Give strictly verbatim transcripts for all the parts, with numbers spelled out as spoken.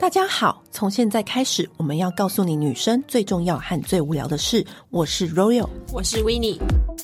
大家好，从现在开始，我们要告诉你女生最重要和最无聊的事。我是 Royal， 我是 Winnie。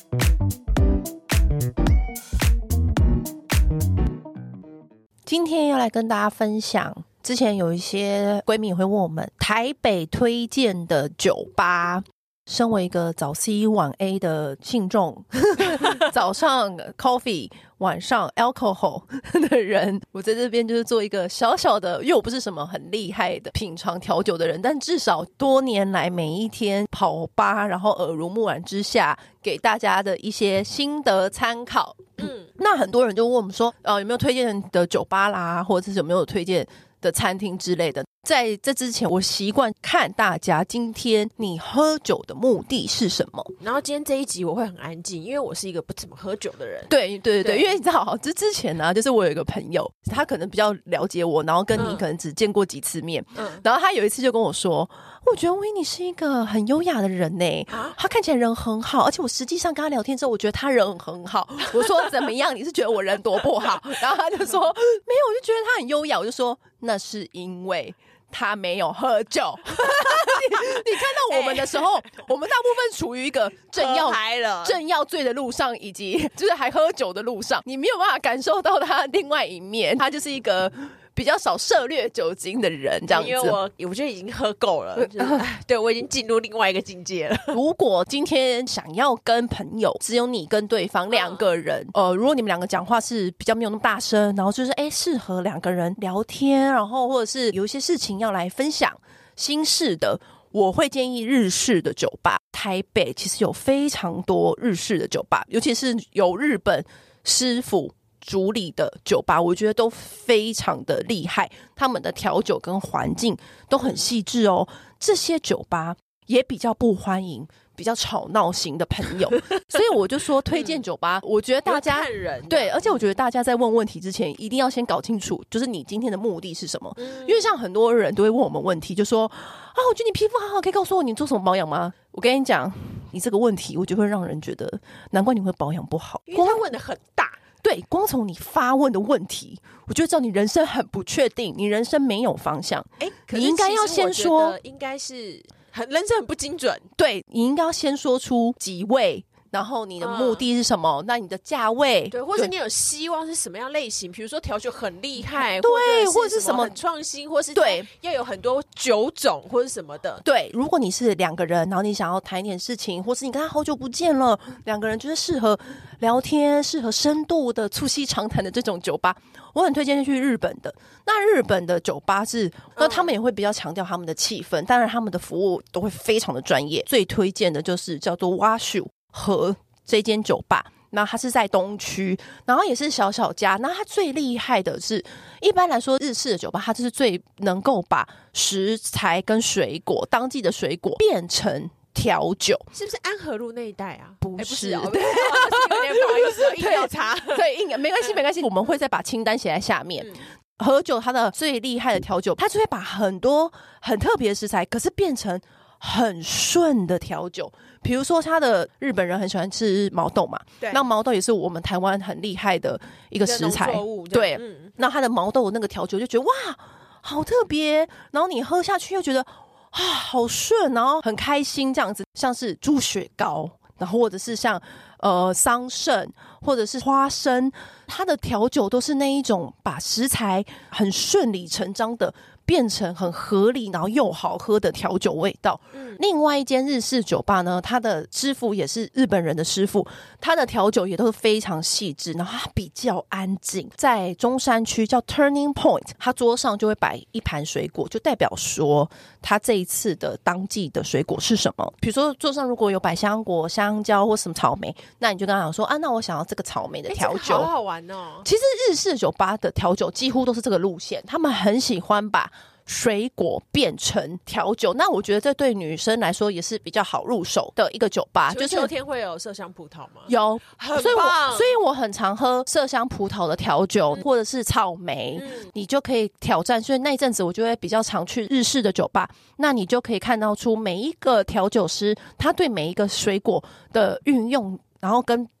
今天要来跟大家分享，之前有一些闺蜜会问我们台北推荐的酒吧。身为一个早 C 晚 A 的信众早上 coffee 晚上 alcohol 的人，我在这边就是做一个小小的，因为我不是什么很厉害的品尝调酒的人，但至少多年来每一天跑吧，然后耳濡目染之下给大家的一些心得参考。嗯，那很多人就问我们说呃，有没有推荐的酒吧啦，或者是有没有推荐的餐厅之类的。在这之前，我习惯看大家今天你喝酒的目的是什么。 然后今天这一集我会很安静，因为我是一个不怎么喝酒的人。 对对 对, 对，因为你知道，这之前呢、啊，就是我有一个朋友，他可能比较了解我，然后跟你可能只见过几次面，嗯，然后他有一次就跟我说，我觉得维尼是一个很优雅的人呢、啊，他看起来人很好，而且我实际上跟他聊天之后，我觉得他人很好。我说怎么样？你是觉得我人多不好？然后他就说没有，我就觉得他很优雅。我就说那是因为他没有喝酒。你, 你看到我们的时候、欸、我们大部分处于一个正要正要醉的路上，以及就是还喝酒的路上，你没有办法感受到他另外一面。他就是一个比较少涉猎酒精的人，这样子。 因为我我觉得已经喝够了，就是、对，我已经进入另外一个境界了。 如果今天想要跟朋友，只有你跟对方两个人，嗯、呃，如果你们两个讲话是比较没有那么大声，然后就是哎适合两个人聊天，然后或者是有一些事情要来分享心事的，我会建议日式的酒吧。台北其实有非常多日式的酒吧，尤其是有日本师傅主理的酒吧，我觉得都非常的厉害，他们的调酒跟环境都很细致哦。这些酒吧也比较不欢迎比较吵闹型的朋友，所以我就说推荐酒吧、嗯、我觉得大家看人、啊、 对，而且我觉得大家在问问题之前一定要先搞清楚，就是你今天的目的是什么、嗯、因为像很多人都会问我们问题，就说啊，我觉得你皮肤好好，可以告诉我你做什么保养吗？我跟你讲，你这个问题我就会让人觉得难怪你会保养不好， 因为他问的很大。 对，光从你发问的问题，我就知道你人生很不确定，你人生没有方向。哎，你应该要先说， 应该是很人生很不精准。 对，你应该要先说出几位，然后你的目的是什么？嗯、那你的价位， 对，或者你有希望是什么样类型？比如说调酒很厉害， 对，或者是什么很创新，或是对， 要有很多酒种或是什么的。 对，如果你是两个人，然后你想要谈一点事情，或是你跟他好久不见了，两个人就是适合聊天、适合深度的促膝长谈的这种酒吧，我很推荐去日本的。那日本的酒吧是，那他们也会比较强调他们的气氛，当然他们的服务都会非常的专业。最推荐的就是叫做 Washu 和这间酒吧，那它是在东区，然后也是小小家。那它最厉害的是，一般来说日式的酒吧，它就是最能够把食材跟水果，当季的水果变成调酒。 是不是安和路那一带啊？ 不是，欸、不是哦，对，有点不好意思，硬要查。 对，硬没关系，没关系，我们会再把清单写在下面。嗯，和酒它的最厉害的调酒，它就会把很多很特别的食材，可是变成很顺的调酒。比如说他的日本人很喜欢吃毛豆嘛，对，那毛豆也是我们台湾很厉害的一个食材，对、嗯、那他的毛豆那个调酒就觉得哇好特别，然后你喝下去又觉得啊好顺，然后很开心这样子。像是猪血糕，然后或者是像呃桑葚或者是花生，它的调酒都是那一种把食材很顺理成章的变成很合理然后又好喝的调酒味道、嗯、另外一间日式酒吧呢，他的师傅也是日本人的师傅，他的调酒也都是非常细致，然后他比较安静。在中山区叫 Turning Point， 他桌上就会摆一盘水果，就代表说他这一次的当季的水果是什么。比如说桌上如果有百香果、香蕉或什么草莓，那你就跟他讲说啊，那我想要这个草莓的调酒、欸、 这个好好玩哦。 其实日式酒吧的调酒几乎都是这个路线，他们很喜欢把水果变成调酒。那我觉得这对女生来说也是比较好入手的一个酒吧。 就是秋天会有麝香葡萄吗？ 有， 很棒。 所以我所以我很常喝麝香葡萄的调酒、嗯、或者是草莓、嗯、你就可以挑战。所以那一阵子我就会比较常去日式的酒吧，那你就可以看到出每一个调酒师他对每一个水果的运用，然后跟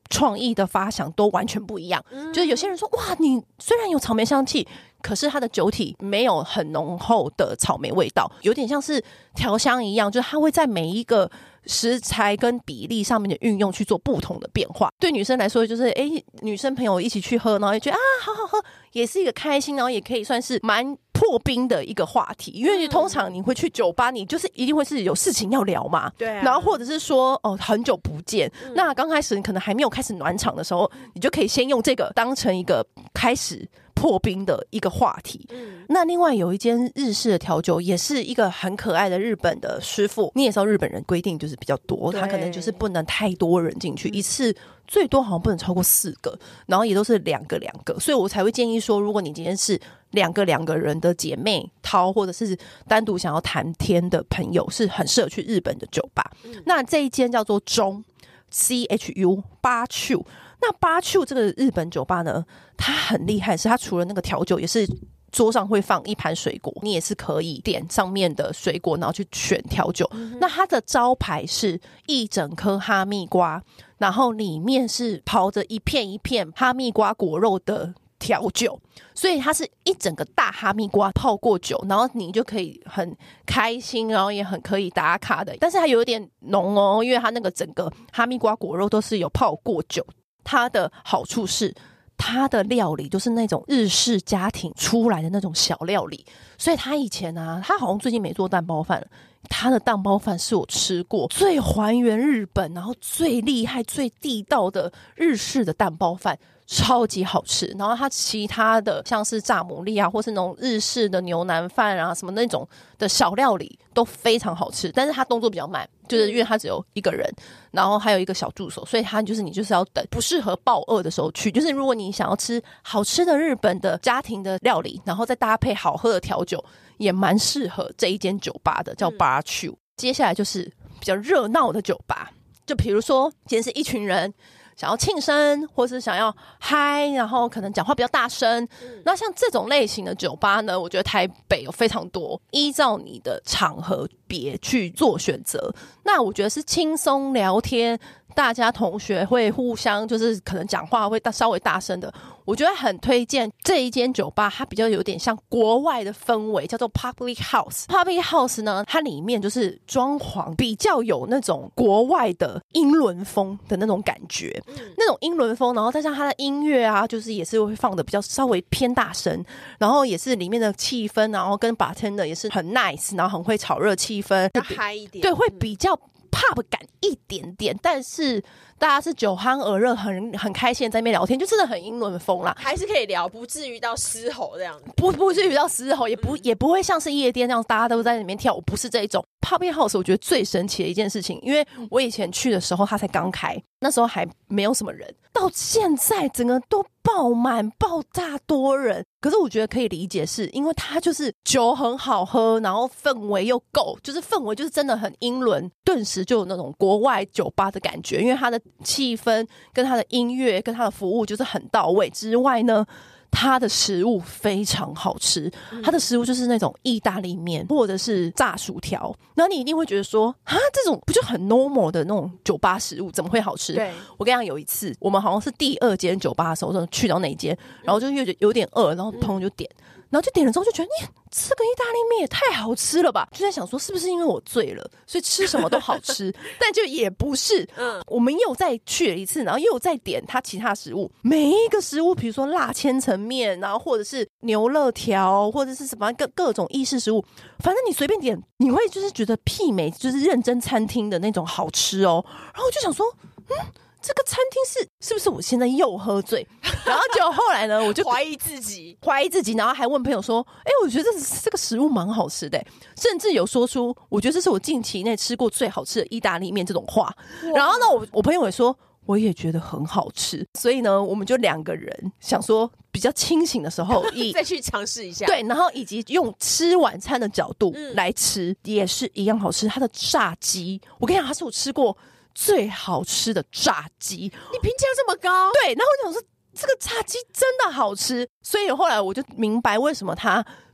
创意的发想都完全不一样。嗯、就是有些人说，哇，你虽然有草莓香气，可是它的酒体没有很浓厚的草莓味道，有点像是调香一样，就是它会在每一个食材跟比例上面的运用去做不同的变化。对女生来说，就是哎，女生朋友一起去喝，然后也觉得啊，好好喝，也是一个开心，然后也可以算是蛮破冰的一个话题。因为通常你会去酒吧，你就是一定会是有事情要聊嘛， 对、啊， 然后或者是说哦，很久不见，嗯、那刚开始你可能还没有开始暖场的时候，你就可以先用这个当成一个开始破冰的一个话题。嗯、那另外有一间日式的调酒，也是一个很可爱的日本的师傅。你也知道日本人规定就是比较多，他可能就是不能太多人进去，一次最多好像不能超过四个，然后也都是两个两个，所以我才会建议说，如果你今天是两个两个人的姐妹淘，或者是单独想要谈天的朋友，是很适合去日本的酒吧。嗯、那这一间叫做中 C H U 八 Chu。那八 Chu 这个日本酒吧呢，它很厉害，是它除了那个调酒，也是桌上会放一盘水果，你也是可以点上面的水果，然后去选调酒。嗯、那它的招牌是一整颗哈密瓜，然后里面是刨着一片一片哈密瓜果肉的调酒，所以它是一整个大哈密瓜泡过酒，然后你就可以很开心，然后也很可以打卡的。但是它有点浓哦，因为它那个整个哈密瓜果肉都是有泡过酒。它的好处是它的料理都是那种日式家庭出来的那种小料理，所以他以前啊，他好像最近没做蛋包饭了，他的蛋包饭是我吃过最还原日本，然后最厉害最地道的日式的蛋包饭，超级好吃。然后它其他的像是炸牡蛎啊，或是那种日式的牛腩饭啊，什么那种的小料理都非常好吃，但是它动作比较慢，就是因为它只有一个人，然后还有一个小助手，所以它就是你就是要等，不适合暴饿的时候去。就是如果你想要吃好吃的日本的家庭的料理，然后再搭配好喝的调酒，也蛮适合这一间酒吧的，叫八 Chu。嗯、接下来就是比较热闹的酒吧，就比如说今天是一群人想要庆生，或是想要嗨，然后可能讲话比较大声。嗯、那像这种类型的酒吧呢，我觉得台北有非常多，依照你的场合别去做选择。那我觉得是轻松聊天，大家同学会互相就是可能讲话会大稍微大声的，我觉得很推荐这一间酒吧。它比较有点像国外的氛围，叫做 Public House。Public House 呢，它里面就是装潢比较有那种国外的英伦风的那种感觉，嗯、那种英伦风，然后再加上它的音乐啊，就是也是会放的比较稍微偏大声，然后也是里面的气氛，然后跟 bartender 也是很 nice， 然后很会炒热气氛， 要嗨一点， 对，会比较pub 感一点点，但是大家是酒酣耳热，很很开心在那边聊天，就真的很英伦风啦， 还是可以聊，不至于到嘶吼这样子， 不不至于到嘶吼，也不、嗯、也不会像是夜店那样大家都在里面跳舞，不是这一种。Public House 我觉得最神奇的一件事情，因为我以前去的时候它才刚开，那时候还没有什么人，到现在整个都爆满爆炸多人。可是我觉得可以理解，是因为它就是酒很好喝，然后氛围又够，就是氛围就是真的很英伦，顿时就有那种国外酒吧的感觉，因为它的气氛跟它的音乐跟它的服务就是很到位之外呢，它的食物非常好吃。它的食物就是那种意大利面或者是炸薯条，然后你一定会觉得说啊，这种不就很 normal 的那种酒吧食物怎么会好吃？ 对， 我跟你讲，有一次我们好像是第二间酒吧的时候去到那一间，然后就有有点饿，然后朋友就点，然后就点了之后就觉得你这个意大利面也太好吃了吧，就在想说是不是因为我醉了，所以吃什么都好吃但就也不是。嗯，我们又再去了一次，然后又再点它其他食物，每一个食物比如说辣千层面，然后或者是牛肋条，或者是什么各各种意式食物，反正你随便点，你会就是觉得媲美就是认真餐厅的那种好吃哦。然后我就想说嗯，这个餐厅是是不是我现在又喝醉？然后结果后来呢，我就怀疑自己， 怀疑自己，然后还问朋友说：“哎、欸，我觉得这这个食物蛮好吃的、欸。”甚至有说出我觉得这是我近期内吃过最好吃的意大利面这种话。然后呢，我我朋友也说，我也觉得很好吃。所以呢，我们就两个人想说，比较清醒的时候， 再去尝试一下。 对，然后以及用吃晚餐的角度来吃，嗯、也是一样好吃。它的炸鸡，我跟你讲，它是我吃过最好吃的炸鸡。 你评价这么高？ 对，然后我想说这个炸鸡真的好吃，所以后来我就明白为什么它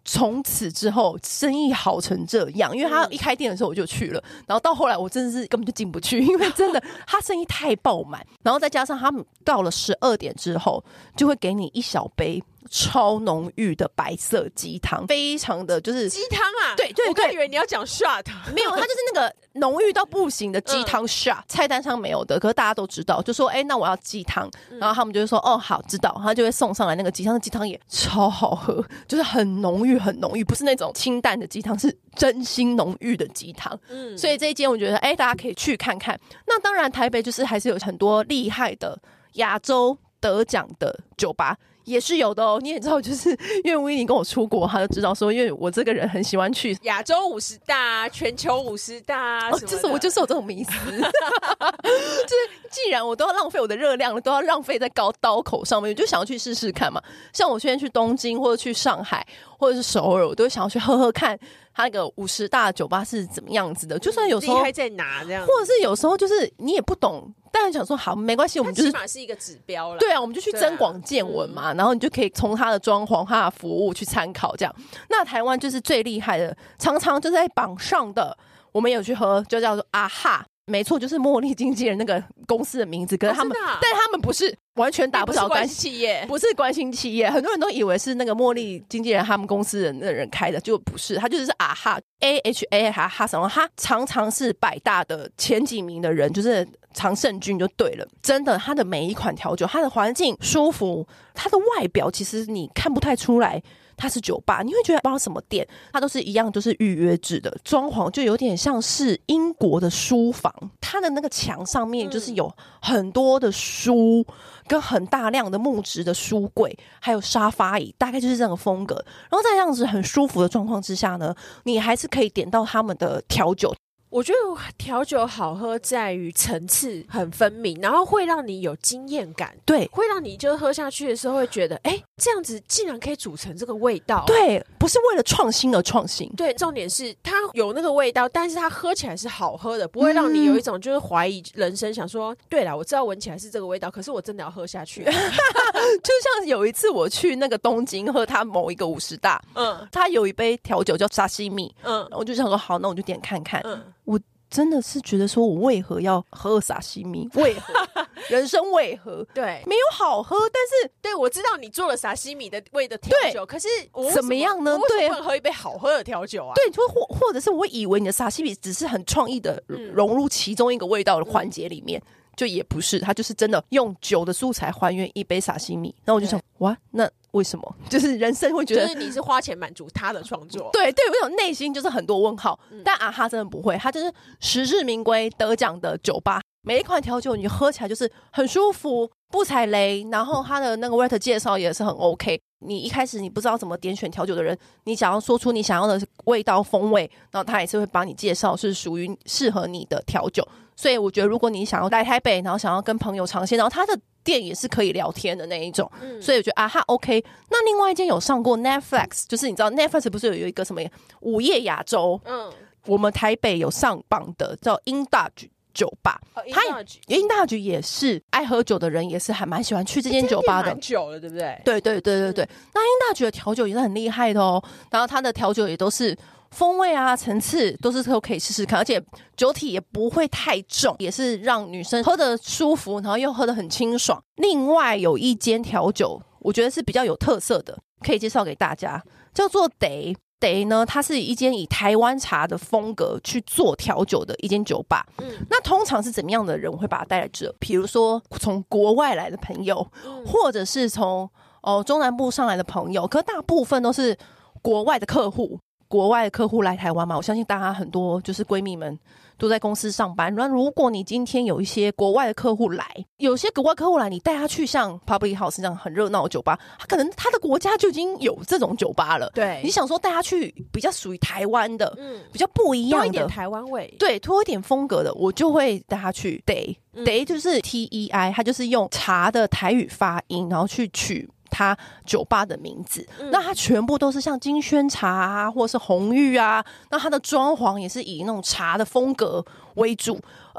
从此之后生意好成这样，因为他一开店的时候我就去了，然后到后来我真的是根本就进不去，因为真的他生意太爆满，然后再加上他们到了十二点之后就会给你一小杯超浓郁的白色鸡汤，非常的就是鸡汤啊， 对对对， 我刚以为你要讲 shot， 没有，它就是那个浓郁到不行的鸡汤 shot，、嗯、菜单上没有的，可是大家都知道，就说哎、欸，那我要鸡汤、嗯，然后他们就会说哦好知道，他就会送上来那个鸡汤，那鸡汤也超好喝，就是很浓郁很浓郁，不是那种清淡的鸡汤，是真心浓郁的鸡汤。嗯，所以这一间我觉得哎、欸，大家可以去看看。那当然台北就是还是有很多厉害的亚洲得奖的酒吧。也是有的哦，你也知道，就是因为威尼跟我出国，他就知道说，因为我这个人很喜欢去亚洲五十大、全球五十大、哦， 就是我就是有这种迷思，就是既然我都要浪费我的热量，都要浪费在高刀口上面，我就想要去试试看嘛。像我现在去东京或者去上海或者是首尔，我都会想要去喝喝看他那个五十大酒吧是怎么样子的。就算有时候厉害在哪这样， 或者是有时候就是你也不懂。但是想说好没关系，我们就是起码是一个指标啦。 对啊，我们就去增广见闻嘛、啊嗯，然后你就可以从他的装潢、他的服务去参考这样。那台湾就是最厉害的，常常就在榜上的，我们有去喝，就叫做啊哈。没错，就是茉莉经纪人那个公司的名字，可是他们，哦啊、但他们不是完全打不着关系企业， 不是关心企业，很多人都以为是那个茉莉经纪人他们公司的那人开的，就不是，他就是啊哈 A H A 哈哈什么，他常常是百大的前几名的人，就是常胜军就对了。真的，他的每一款调酒，他的环境舒服，他的外表其实你看不太出来。它是酒吧，你会觉得不知道什么店，它都是一样，都是预约制的，装潢就有点像是英国的书房，它的那个墙上面就是有很多的书，跟很大量的木质的书柜，还有沙发椅，大概就是这样的风格。然后在这样子很舒服的状况之下呢，你还是可以点到他们的调酒。 我觉得调酒好喝在于层次很分明，然后会让你有经验感， 对， 会让你就喝下去的时候会觉得，哎，这样子竟然可以煮成这个味道， 对，不是为了创新而创新， 对，重点是它有那个味道，但是它喝起来是好喝的，不会让你有一种就是怀疑人生，想说，对啦，我知道闻起来是这个味道，可是我真的要喝下去。就像有一次我去那个东京喝他某一个五十大，嗯，他有一杯调酒叫沙西米，嗯，我就想说好，那我就点看看，嗯，我真的是觉得说我为何要喝沙西米？为何人生为何？ 对， 没有好喝，但是对我知道你做了沙西米的味的调酒，可是我怎么样呢？ 对，不能喝一杯好喝的调酒啊？ 对，就或或者是我以为你的沙西米只是很创意的融入其中一个味道的环节里面。嗯，就也不是，他就是真的用酒的素材还原一杯沙西米。然后我就想，哇，那为什么？就是人生会觉得， 就是你是花钱满足他的创作。 对对，我有内心就是很多问号。嗯、但啊哈真的不会，他就是实至名归得奖的酒吧。每一款调酒你喝起来就是很舒服，不踩雷，然后他的那个 waiter 介绍也是很 OK。你一开始你不知道怎么点选调酒的人，你想要说出你想要的味道风味，然后他也是会帮你介绍是属于适合你的调酒。所以我觉得如果你想要来台北，然后想要跟朋友尝鲜，然后他的店也是可以聊天的那一种，嗯、所以我觉得啊哈 OK。那另外一间有上过 Netflix， 就是你知道 Netflix 不是有一个什么午夜亚洲，嗯，我们台北有上榜的叫 Indulge酒吧， 哦，他 Indulge 也是爱喝酒的人，也是还蛮喜欢去这间酒吧的， 蛮久了，对不对？ 对对对对对。嗯、那 Indulge 的调酒也是很厉害的哦，然后他的调酒也都是风味啊、层次都是都可以试试看，而且酒体也不会太重，也是让女生喝得舒服，然后又喝得很清爽。另外有一间调酒，我觉得是比较有特色的，可以介绍给大家，叫做 Day。Day 呢，它是一间以台湾茶的风格去做调酒的一间酒吧。嗯，那通常是怎么样的人会把它带来这？比如说从国外来的朋友，嗯、或者是从哦中南部上来的朋友，可大部分都是国外的客户。国外的客户来台湾嘛，我相信大家很多就是闺蜜们都在公司上班。那如果你今天有一些国外的客户来，有些国外客户来，你带他去像 Public House 这样很热闹的酒吧，他可能他的国家就已经有这种酒吧了。 对， 你想说带他去比较属于台湾的，嗯，比较不一样的， 多一点台湾味， 对，多一点风格的，我就会带他去 Day。Day 就是 T E I， 它就是用茶的台语发音，然后去取他酒吧的名字，嗯、那它全部都是像金萱茶啊，或是红玉啊，那它的装潢也是以那种茶的风格为主，而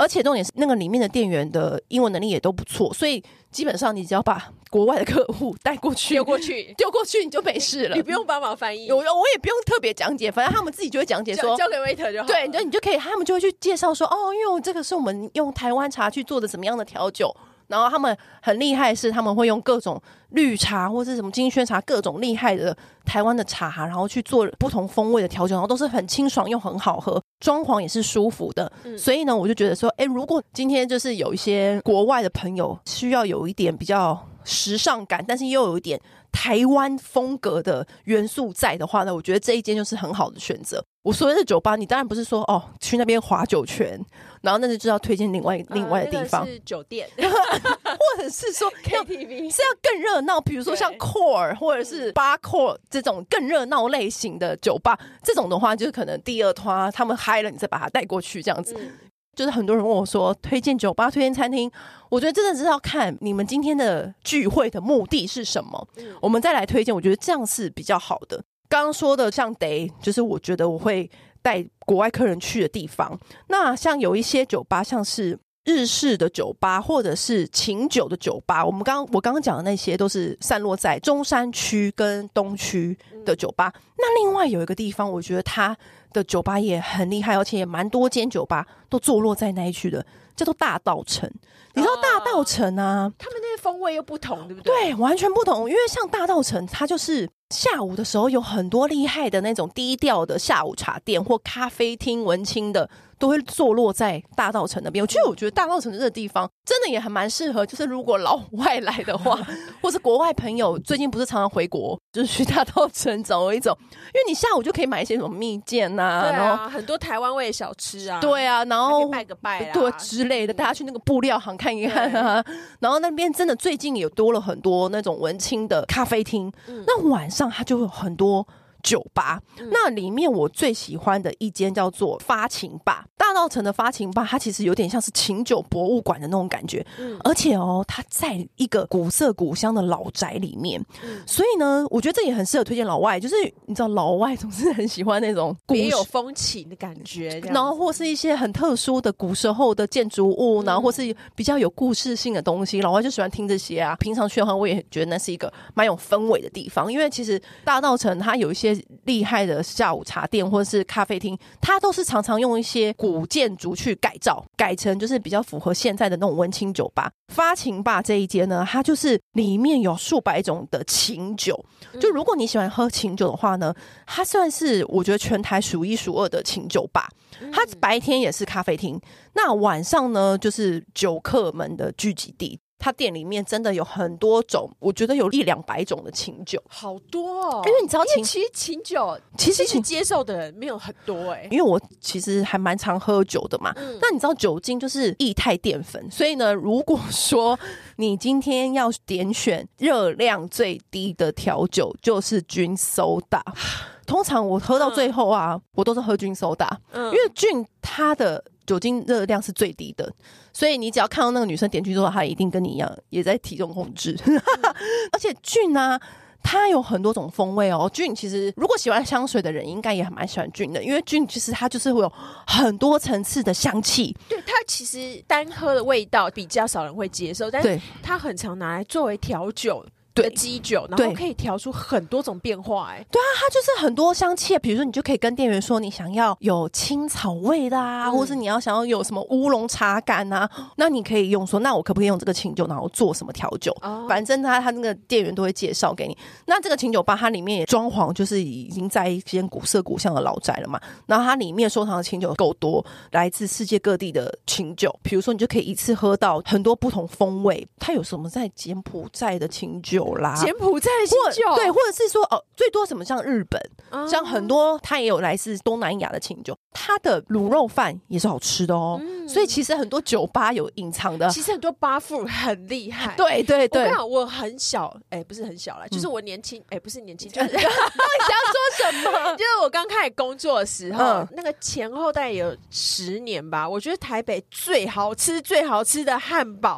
而且重点是那个里面的店员的英文能力也都不错，所以基本上你只要把国外的客户带过去丢过去丢过去你就没事了， 你不用帮忙翻译， 我我也不用特别讲解，反正他们自己就会讲解说交给 waiter 就好了， 对，你就可以他们就会去介绍说哦，因为这个是我们用台湾茶去做的怎么样的调酒，然后他们很厉害的是他们会用各种绿茶或是什么金萱茶各种厉害的台湾的茶，然后去做不同风味的调酒，然后都是很清爽又很好喝，装潢也是舒服的、嗯、所以呢我就觉得说哎，如果今天就是有一些国外的朋友需要有一点比较时尚感但是又有一点台湾风格的元素在的话呢，我觉得这一间就是很好的选择。我所谓的酒吧你当然不是说哦去那边划酒泉，然后那就要推荐另外、呃、另外的地方、 那个、是酒店或者是说 K T V 是要更热闹，比如说像 Core 或者是 Bar Core 这种更热闹类型的酒吧，这种的话就是可能第二团他们嗨了你再把它带过去这样子、嗯，就是很多人问我说推荐酒吧推荐餐厅，我觉得真的是要看你们今天的聚会的目的是什么、嗯、我们再来推荐，我觉得这样是比较好的。刚刚说的像 Day 就是我觉得我会带国外客人去的地方，那像有一些酒吧像是日式的酒吧或者是琴酒的酒吧，我们刚我刚刚讲的那些都是散落在中山区跟东区的酒吧、嗯、那另外有一个地方我觉得它的酒吧也很厉害，而且也蛮多间酒吧都坐落在那一区的，叫做大稻埕。你知道大稻埕啊、哦、 他们那些风味又不同对不对？ 对，完全不同，因为像大稻埕它就是下午的时候有很多厉害的那种低调的下午茶店或咖啡厅，文青的都会坐落在大稻埕那边。我觉得我觉得大稻埕这个地方真的也还蛮适合，就是如果老外来的话或是国外朋友最近不是常常回国，就是去大稻埕走一走，因为你下午就可以买一些什么蜜饯啊， 对啊， 然后很多台湾味的小吃啊， 对啊，然后拜个拜啊， 对之类的，大家去那个布料行看一看啊，然后那边真的最近也多了很多那种文青的咖啡厅、嗯、那晚上它就会有很多酒吧、嗯、那里面我最喜欢的一间叫做发情吧，大稻埕的发情吧它其实有点像是琴酒博物馆的那种感觉、嗯、而且哦它在一个古色古香的老宅里面、嗯、所以呢我觉得这也很适合推荐老外，就是你知道老外总是很喜欢那种别有风情的感觉， 然后或是一些很特殊的古时候的建筑物、嗯、然后或是比较有故事性的东西，老外就喜欢听这些啊。平常去的话我也觉得那是一个蛮有氛围的地方，因为其实大稻埕它有一些厉害的下午茶店或者是咖啡厅，它都是常常用一些古建筑去改造改成就是比较符合现在的那种文青酒吧。发情吧这一间呢，它就是里面有数百种的琴酒，就如果你喜欢喝琴酒的话呢，它算是我觉得全台数一数二的琴酒吧。它白天也是咖啡厅，那晚上呢就是酒客们的聚集地。它店里面真的有很多种，我觉得有一两百种的琴酒， 好多哦。 因为你知道琴， 其实琴酒其实其实接受的人没有很多哎、欸。 因为我其实还蛮常喝酒的嘛、嗯，那你知道酒精就是液态淀粉，所以呢，如果说你今天要点选热量最低的调酒，就是菌soda。通常我喝到最后啊，嗯、我都是喝菌soda，、嗯、因为菌它的酒精热量是最低的，所以你只要看到那个女生点菌soda，她一定跟你一样也在体重控制。嗯、而且菌啊，它有很多种风味哦。菌其实如果喜欢香水的人，应该也还蛮喜欢菌的，因为菌其实它就是会有很多层次的香气。 对，它其实单喝的味道比较少人会接受，但是它很常拿来作为调酒。的基酒，然后可以调出很多种变化、欸。哎， 对啊，它就是很多香气，比如说你就可以跟店员说你想要有青草味的啊，嗯、或是你要想要有什么乌龙茶感啊，那你可以用说，那我可不可以用这个琴酒，然后做什么调酒？哦、反正他他那个店员都会介绍给你。那这个琴酒吧它里面也装潢就是已经在一间古色古香的老宅了嘛，然后它里面收藏的琴酒够多，来自世界各地的琴酒，比如说你就可以一次喝到很多不同风味。它有什么在柬埔寨的琴酒？ 柬埔寨的琴酒， 对，或者是说哦，最多什么像日本，嗯、像很多它也有来自东南亚的琴酒，它的卤肉饭也是好吃的哦。嗯、所以其实很多酒吧有隐藏的， 其实很多bar food很厉害。 对对对， 我跟你讲，我很小，哎、欸，不是很小啦，就是我年轻，哎、欸，不是年轻，就是你想要说什么？ 就是我刚开始工作的时候，嗯、那个前后大概有十年吧。我觉得台北最好吃、最好吃的汉堡。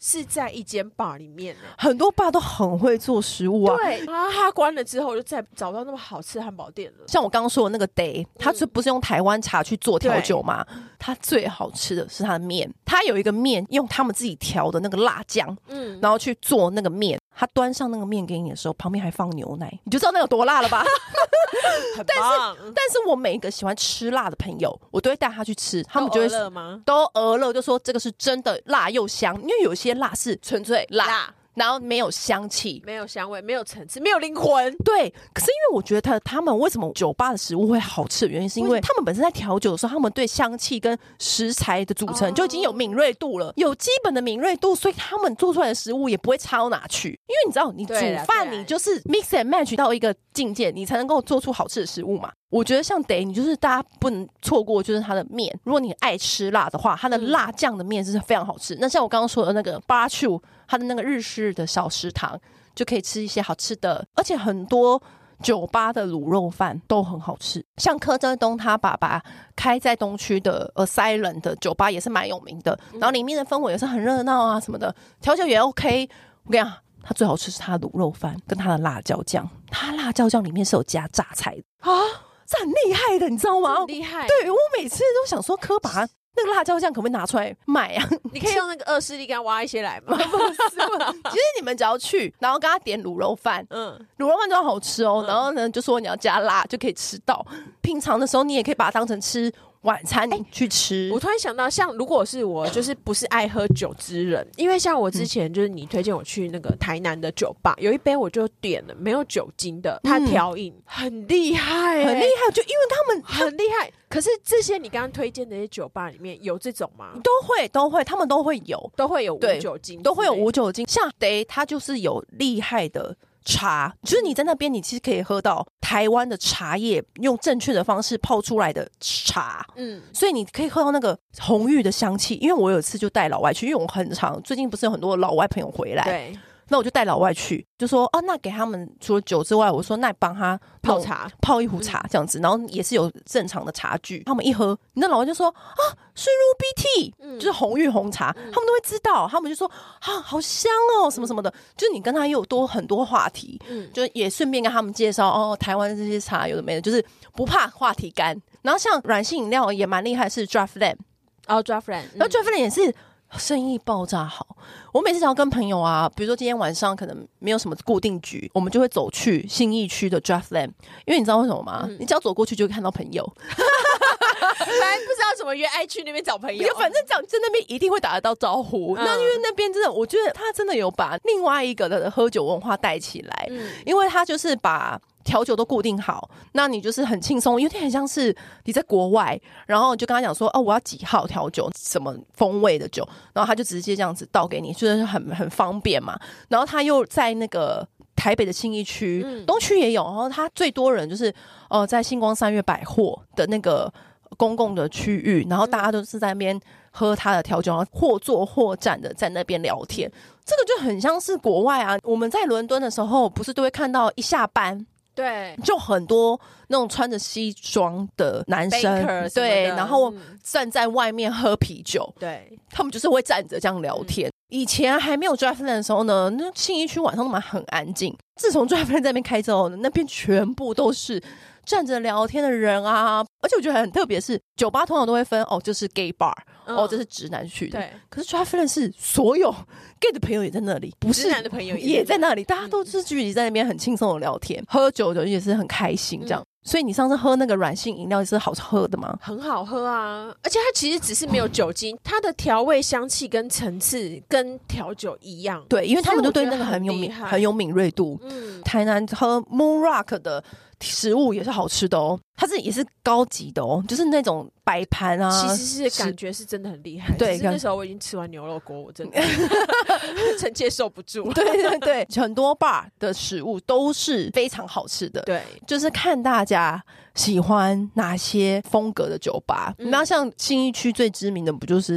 是在一间 bar 里面、欸、 很多 bar 都很会做食物啊。 对啊，他关了之后就再找不到那么好吃的汉堡店了。 像我刚刚说的那个 Day， 他就不是用台湾茶去做调酒嘛？他最好吃的是他的面，他有一个面用他们自己调的那个辣酱，嗯，然后去做那个面。他端上那个面给你的时候，旁边还放牛奶，你就知道那有多辣了吧？ 很棒。 但是，但是我每一个喜欢吃辣的朋友，我都会带他去吃，他们就会都鹅了吗？ 都鹅了，就说这个是真的辣又香，因为有些辣是纯粹辣。辣然后没有香气， 没有香味，没有层次，没有灵魂。 对，可是因为我觉得他们为什么酒吧的食物会好吃的原因，是因为他们本身在调酒的时候，他们对香气跟食材的组成就已经有敏锐度了，有基本的敏锐度，所以他们做出来的食物也不会差到哪去。因为你知道，你煮饭你就是 mix and match 到一个境界，你才能够做出好吃的食物嘛。我觉得像 Day， 你就是大家不能错过，就是它的面。如果你爱吃辣的话，它的辣酱的面是非常好吃。嗯、那像我刚刚说的那个 Barbecue， 它的那个日式的小食堂，就可以吃一些好吃的，而且很多酒吧的卤肉饭都很好吃。像柯震东他爸爸开在东区的 Asylum 的酒吧也是蛮有名的，然后里面的氛围也是很热闹啊什么的，调酒也 OK。我跟你讲，它最好吃是它的卤肉饭跟它的辣椒酱，它辣椒酱里面是有加榨菜的啊。这很厉害的，你知道吗？ 很厉害。 对，我每次都想说，柯爸那个辣椒酱可不可以拿出来卖啊？ 你可以用那个恶势力给他挖一些来吗？ 不是，其实你们只要去，然后跟他点卤肉饭，嗯，卤肉饭就好吃哦。嗯、然后呢，就说你要加辣就可以吃到。平常的时候，你也可以把它当成吃晚餐去吃、欸。 我突然想到，像如果是我，就是不是爱喝酒之人，因为像我之前就是你推荐我去那个台南的酒吧，有一杯我就点了没有酒精的，它调饮、嗯、很厉害、欸， 很厉害，就因为他们很厉害。可是这些你刚刚推荐的那些酒吧里面有这种吗？ 都会，都会，他们都会有， 都会有无酒精， 都会有无酒精。像 Day， 它就是有厉害的茶，就是你在那边，你其实可以喝到台湾的茶叶用正确的方式泡出来的茶，嗯，所以你可以喝到那个红玉的香气。因为我有一次就带老外去，因为我很常最近不是有很多老外朋友回来，对。那我就带老外去，就说哦，那给他们除了酒之外，我说那你帮他泡茶， 泡一壶茶这样子，然后也是有正常的茶具。他们一喝，那老外就说啊，是 Ruby Tea，、嗯、就是红玉红茶、嗯，他们都会知道，他们就说啊，好香哦，什么什么的。嗯、就是你跟他又有多很多话题，嗯，就也顺便跟他们介绍哦，台湾这些茶有的没的，就是不怕话题干。然后像软性饮料也蛮厉害，是 Draft Lamp， 哦 Draft Lamp， 然后 Draft Lamp 也是。生意爆炸好，我每次想要跟朋友啊，比如说今天晚上可能没有什么固定局，我们就会走去信义区的 Draft Lamp， 因为你知道为什么吗？嗯、你只要走过去就会看到朋友。 本来不知道怎么约，爱去那边找朋友， 反正讲在那边一定会打得到招呼。嗯、那因为那边真的，我觉得他真的有把另外一个的喝酒文化带起来，嗯、因为他就是把调酒都固定好，那你就是很轻松，有点很像是你在国外，然后你就跟他讲说，哦，我要几号调酒，什么风味的酒，然后他就直接这样子倒给你，就是很很方便嘛。然后他又在那个台北的信义区、嗯、东区也有，然后他最多人就是呃在星光三月百货的那个公共的区域，然后大家都是在那边喝他的调酒，然后或坐或站的在那边聊天，这个就很像是国外啊。我们在伦敦的时候，不是都会看到一下班。 对， 就很多那种穿着西装的男生，对，然后站在外面喝啤酒， 对， 他们就是会站着这样聊天。嗯、以前还没有 Draft Lamp 的时候呢，那信义区晚上都蛮很安静。自从 Draft Lamp 在那边开之后呢，那边全部都是站着聊天的人啊。而且我觉得很特别是，酒吧通常都会分哦，这是 gay bar，、嗯、哦，这是直男去的。对，可是 Draft Lamp 是所有 gay 的朋友也在那里，不是直男的朋友也在那里，大家都是聚集在那边很轻松的聊天，嗯、喝酒的也是很开心这样。嗯、所以你上次喝那个软性饮料是好喝的吗？ 很好喝啊，而且它其实只是没有酒精，它的调味香气跟层次跟调酒一样。 对，因为他们就对那个很有敏很有敏锐度。嗯，台南喝 Moon Rock 的食物也是好吃的哦，它是也是高级的哦，就是那种摆盘啊， 其实是感觉是真的很厉害。对，那时候我已经吃完牛肉锅，我真的臣妾受不住。 对对对，很多 bar 的食物都是非常好吃的。对，就是看大家喜欢哪些风格的酒吧。嗯、那像信义区最知名的不就是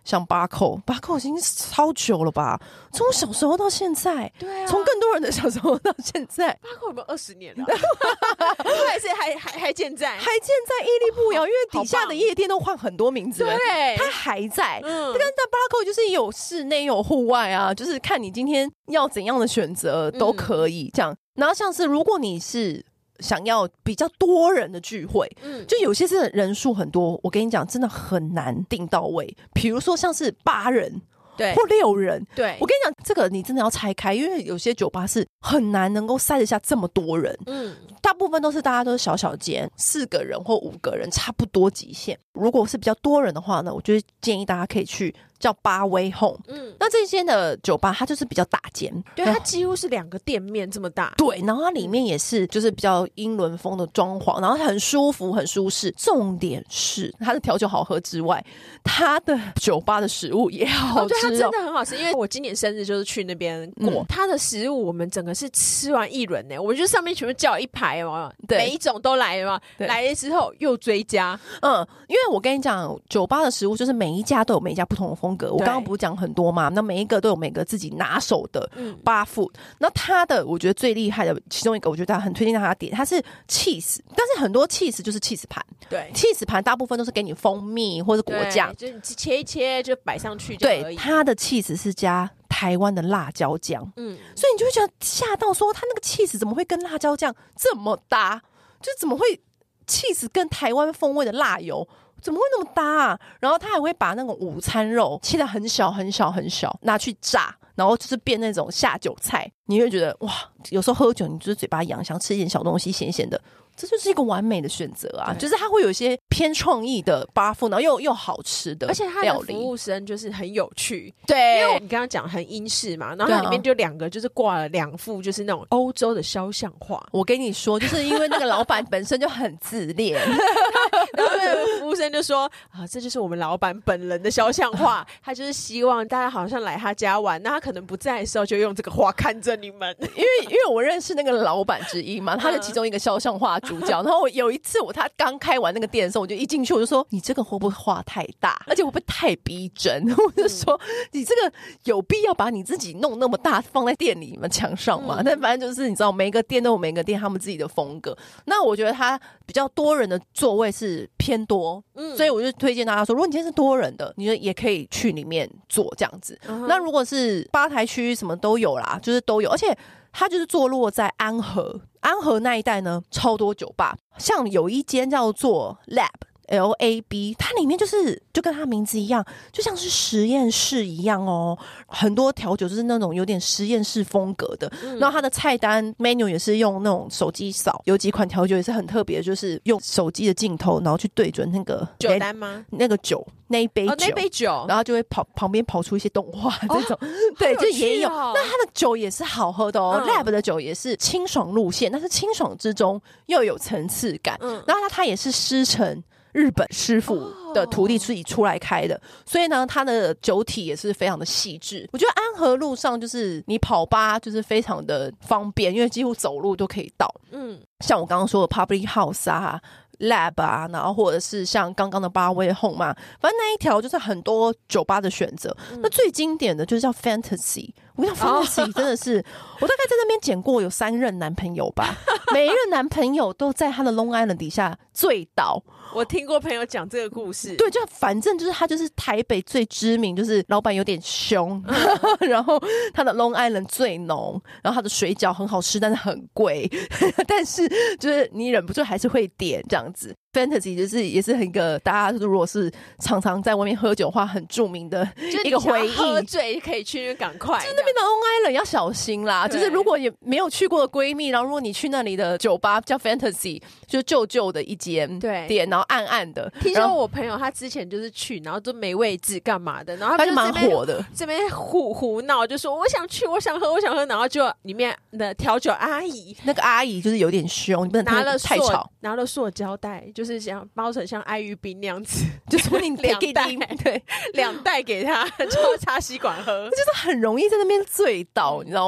像巴扣，巴扣已经超久了吧？从小时候到现在， 对啊， 从更多人的小时候到现在， 巴扣有没有二十年了？还是还还还健在， 还健在屹立不摇，因为底下的夜店都换很多名字了， 对， 它还在。 嗯， 这个那巴扣就是有室内有户外啊，就是看你今天要怎样的选择都可以、嗯、这样。然后像是如果你是想要比较多人的聚会，嗯，就有些是人数很多，我跟你讲真的很难定到位。比如说像是八人对或六人， 对， 我跟你讲这个你真的要拆开，因为有些酒吧是很难能够塞得下这么多人，嗯，大部分都是大家都是小小间，四个人或五个人差不多极限。如果是比较多人的话呢，我就建议大家可以去叫八威 home， 嗯，那这间的酒吧它就是比较大间， 对，它几乎是两个店面这么大， 对，然后它里面也是就是比较英伦风的装潢，然后很舒服很舒适。重点是它的调酒好喝之外，它的酒吧的食物也好吃、哦， 对，它真的很好吃。因为我今年生日就是去那边过，嗯、它的食物我们整个是吃完一轮呢，我们就上面全部叫一排嘛，对，每一种都来了嘛，来了之后又追加， 嗯，因为我跟你讲，酒吧的食物就是每一家都有每一家不同的风格。我刚刚不是讲很多嘛，那每一个都有每个自己拿手的 bar food。那它的我觉得最厉害的其中一个，我觉得很推荐大家点，它是 cheese， 但是很多 cheese 就是 cheese 盘， 对 ，cheese 盘大部分都是给你蜂蜜或者果酱， 就是你切一切就摆上去就而已。 对，它的 cheese 是加台湾的辣椒酱，嗯，所以你就会觉得吓到说，它那个 cheese 怎么会跟辣椒酱这么搭？就怎么会 cheese 跟台湾风味的辣油？怎么会那么搭啊？然后他还会把那种午餐肉切得很小很小很小，拿去炸，然后就是变那种下酒菜。你会觉得哇，有时候喝酒你就是嘴巴痒，想吃一点小东西咸咸的，这就是一个完美的选择啊！就是它会有一些偏创意的 bar food， 然后又又好吃的， 而且它的服务生就是很有趣。 对， 因为你刚刚讲很英式嘛，然后它里面就两个就是挂了两幅就是那种欧洲的肖像画。 我跟你说，就是因为那个老板本身就很自恋， 然后那个服务生就说啊，这就是我们老板本人的肖像画，他就是希望大家好像来他家玩，那他可能不在的时候就用这个画看着你们。 因为因为我认识那个老板之一嘛，他是其中一个肖像画主角。然后我有一次我他刚开完那个店的时候，我就一进去我就说，你这个会不会画太大，而且会不会太逼真？我就说你这个有必要把你自己弄那么大放在店里面墙上嘛？但反正就是你知道，每个店都有每个店他们自己的风格。那我觉得他比较多人的座位是偏多，嗯，所以我就推荐大家说，如果你今天是多人的，你也可以去里面坐这样子。Uh-huh. 那如果是吧台区什么都有啦，就是都有，而且它就是坐落在安和，安和那一带呢，超多酒吧，像有一间叫做 Lab。L A B， 它里面就是就跟它名字一样，就像是实验室一样哦。很多调酒就是那种有点实验室风格的，嗯、然后它的菜单 menu 也是用那种手机扫，有几款调酒也是很特别，就是用手机的镜头，然后去对准那个酒单吗？ 那个酒那一杯酒，哦、 那杯酒， 然后就会跑旁边跑出一些动画这种，哦、对，就也有。那它的酒也是好喝的哦、嗯、，Lab 的酒也是清爽路线，但是清爽之中又有层次感，嗯、然后它它也是师承日本师傅的徒弟自己出来开的， oh. 所以呢，它的酒体也是非常的细致。我觉得安和路上就是你跑吧就是非常的方便，因为几乎走路都可以到。嗯，像我刚刚说的 Public House 啊。Lab 啊，然后或者是像刚刚的八威 Home 嘛，反正那一条就是很多酒吧的选择。嗯、那最经典的就是叫 Fantasy， 我跟你讲 Fantasy 真的是，我大概在那边捡过有三任男朋友吧，每一任男朋友都在他的 Long Island 底下醉倒。 我听过朋友讲这个故事， 对，就反正就是他就是台北最知名，就是老板有点凶，嗯、然后他的 Long Island 最浓，然后他的水饺很好吃，但是很贵，但是就是你忍不住还是会点这样子。Fantasy 就是也是很一个大家如果是常常在外面喝酒的话很著名的一个回忆， 喝醉可以去赶快， 就是那边的 Long Island 要小心啦，就是如果也没有去过的闺蜜，然后如果你去那里的酒吧叫 Fantasy， 就旧旧的一间店，然后暗暗的。 听说我朋友他之前就是去，然后都没位置干嘛的，然后他就蛮火的， 这边胡胡闹，就说我想去，我想喝，我想喝，然后就里面的调酒阿姨， 那个阿姨就是有点凶，你不能拿了太吵， 拿了塑胶袋，就是想包成像爱玉冰那样子， 就说你两袋， 对， 两袋给他，就插吸管喝， 就是很容易在那边醉倒，你知道吗？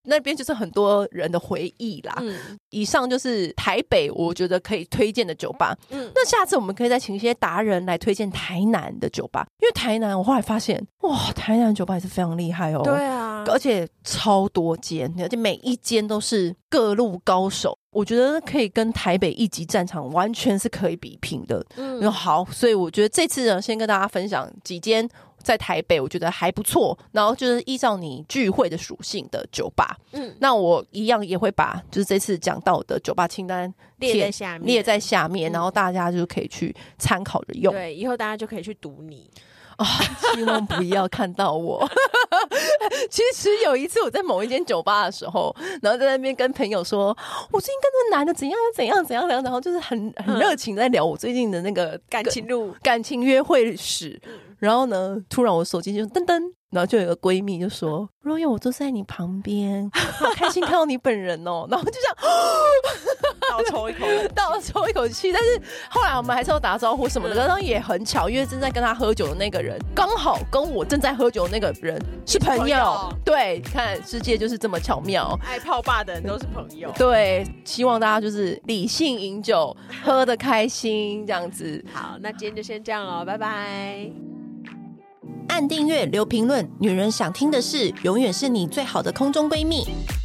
那边就是很多人的回忆啦。嗯，以上就是台北我觉得可以推荐的酒吧。嗯，那下次我们可以再请一些达人来推荐台南的酒吧，因为台南我后来发现，哇，台南的酒吧也是非常厉害哦。 对啊， 而且超多间，而且每一间都是各路高手。我觉得可以跟台北一级战场完全是可以比拼的。嗯，好，所以我觉得这次呢，先跟大家分享几间在台北我觉得还不错，然后就是依照你聚会的属性的酒吧。嗯，那我一样也会把就是这次讲到的酒吧清单列在下面， 列在下面，然后大家就可以去参考着用。 对，以后大家就可以去堵你。 哦，希望不要看到我。其实有一次我在某一间酒吧的时候，然后在那边跟朋友说，我最近跟这男的怎样怎样怎样怎样，然后就是很很热情在聊我最近的那个感情路、 感情约会史。然后呢，突然我手机就噔噔，然后就有个闺蜜就说 Royal 我都在你旁边，好开心看到你本人哦。然后就这样倒抽一口倒抽一口气。但是后来我们还是要打招呼什么的，然后也很巧，因为正在跟他喝酒的那个人刚好跟我正在喝酒的那个人是朋友。朋友对，看世界就是这么巧妙， 爱泡吧的人都是朋友。 对，希望大家就是理性饮酒，喝得开心这样子。 好，那今天就先这样了，拜拜。 按订阅，留评论，女人想听的事，永远是你最好的空中闺蜜。